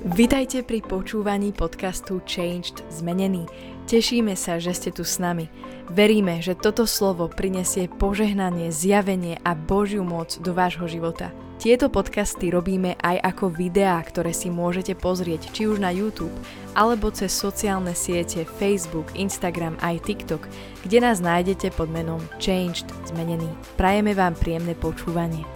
Vitajte pri počúvaní podcastu Changed Zmenený. Tešíme sa, že ste tu s nami. Veríme, že toto slovo prinesie požehnanie, zjavenie a Božiu moc do vášho života. Tieto podcasty robíme aj ako videá, ktoré si môžete pozrieť či už na YouTube, alebo cez sociálne siete Facebook, Instagram aj TikTok, kde nás nájdete pod menom Changed Zmenený. Prajeme vám príjemné počúvanie.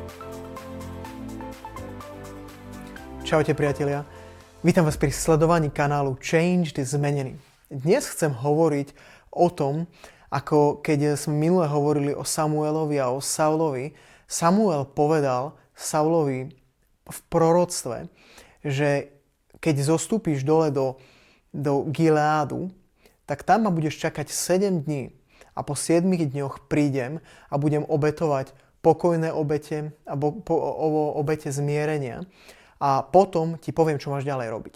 Čaute priatelia, vítam vás pri sledovaní kanálu Changed Zmenený. Dnes chcem hovoriť o tom, ako keď sme minule hovorili o Samuelovi a o Saulovi. Samuel povedal Saulovi v proroctve, že keď zostúpiš dole do Gileádu, tak tam ma budeš čakať 7 dní a po 7 dňoch prídem a budem obetovať pokojné obete alebo obete zmierenia. A potom ti poviem, čo máš ďalej robiť.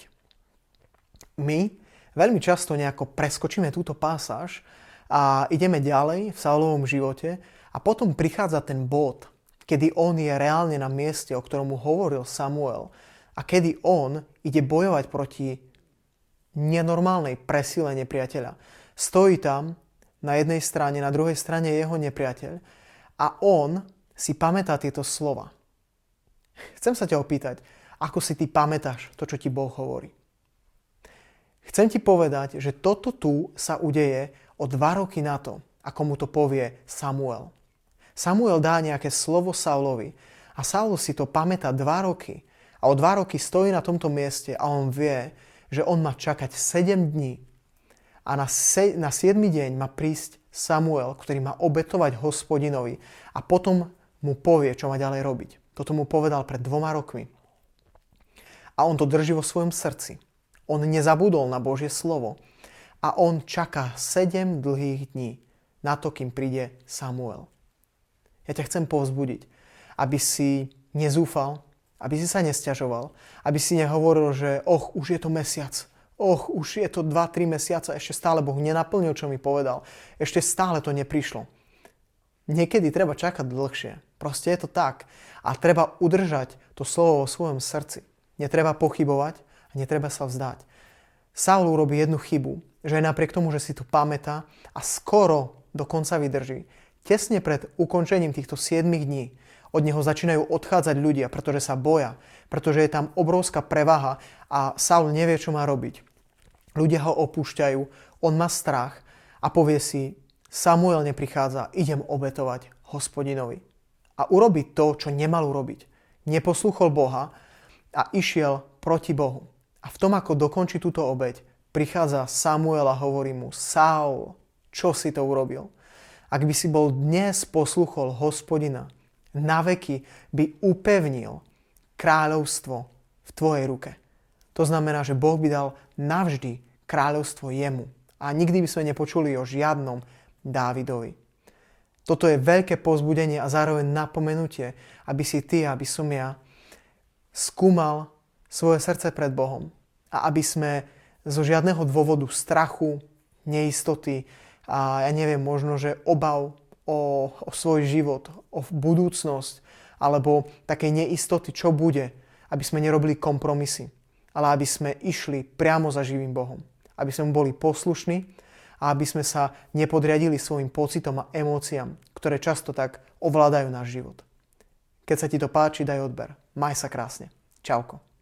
My veľmi často nejako preskočíme túto pasáž a ideme ďalej v Saulovom živote a potom prichádza ten bod, kedy on je reálne na mieste, o ktorom mu hovoril Samuel a kedy on ide bojovať proti nenormálnej presile nepriateľa. Stojí tam na jednej strane, na druhej strane je jeho nepriateľ a on si pamätá tieto slova. Chcem sa ťa opýtať, ako si ty pamätáš to, čo ti Boh hovorí. Chcem ti povedať, že toto tu sa udeje o 2 roky na to, ako mu to povie Samuel. Samuel dá nejaké slovo Saulovi a Saul si to pamätá 2 roky a o 2 roky stojí na tomto mieste a on vie, že on má čakať 7 dní a na 7. deň má prísť Samuel, ktorý má obetovať Hospodinovi a potom mu povie, čo má ďalej robiť. Toto mu povedal pred 2 rokmi. A on to drží vo svojom srdci. On nezabudol na Božie slovo. A on čaká 7 dlhých dní na to, kým príde Samuel. Ja ťa chcem povzbudiť, aby si nezúfal, aby si sa nesťažoval, aby si nehovoril, že už je to mesiac, už je to 2-3 mesiace, ešte stále Boh nenaplnil, čo mi povedal. Ešte stále to neprišlo. Niekedy treba čakať dlhšie. Proste je to tak. A treba udržať to slovo vo svojom srdci. Netreba pochybovať a netreba sa vzdať. Saul urobí jednu chybu, že aj napriek tomu, že si to pamätá a skoro do konca vydrží, tesne pred ukončením týchto 7 dní od neho začínajú odchádzať ľudia, pretože sa boja, pretože je tam obrovská prevaha a Saul nevie, čo má robiť. Ľudia ho opúšťajú, on má strach a povie si, Samuel neprichádza, idem obetovať Hospodinovi. A urobí to, čo nemal urobiť. Neposlúchol Boha a išiel proti Bohu. A v tom, ako dokončí túto obeť, prichádza Samuel a hovorí mu, Saul, čo si to urobil? Ak by si bol dnes poslúchol Hospodina, naveky by upevnil kráľovstvo v tvojej ruke. To znamená, že Boh by dal navždy kráľovstvo jemu. A nikdy by sme nepočuli o žiadnom Dávidovi. Toto je veľké povzbudenie a zároveň napomenutie, aby si ty, aby som ja skúmal svoje srdce pred Bohom a aby sme zo žiadneho dôvodu strachu, neistoty a ja neviem, možno, že obav o svoj život, o budúcnosť alebo takej neistoty, čo bude, aby sme nerobili kompromisy, ale aby sme išli priamo za živým Bohom. Aby sme boli poslušní a aby sme sa nepodriadili svojim pocitom a emóciám, ktoré často tak ovládajú náš život. Keď sa ti to páči, daj odber. Maj sa krásne. Čauko.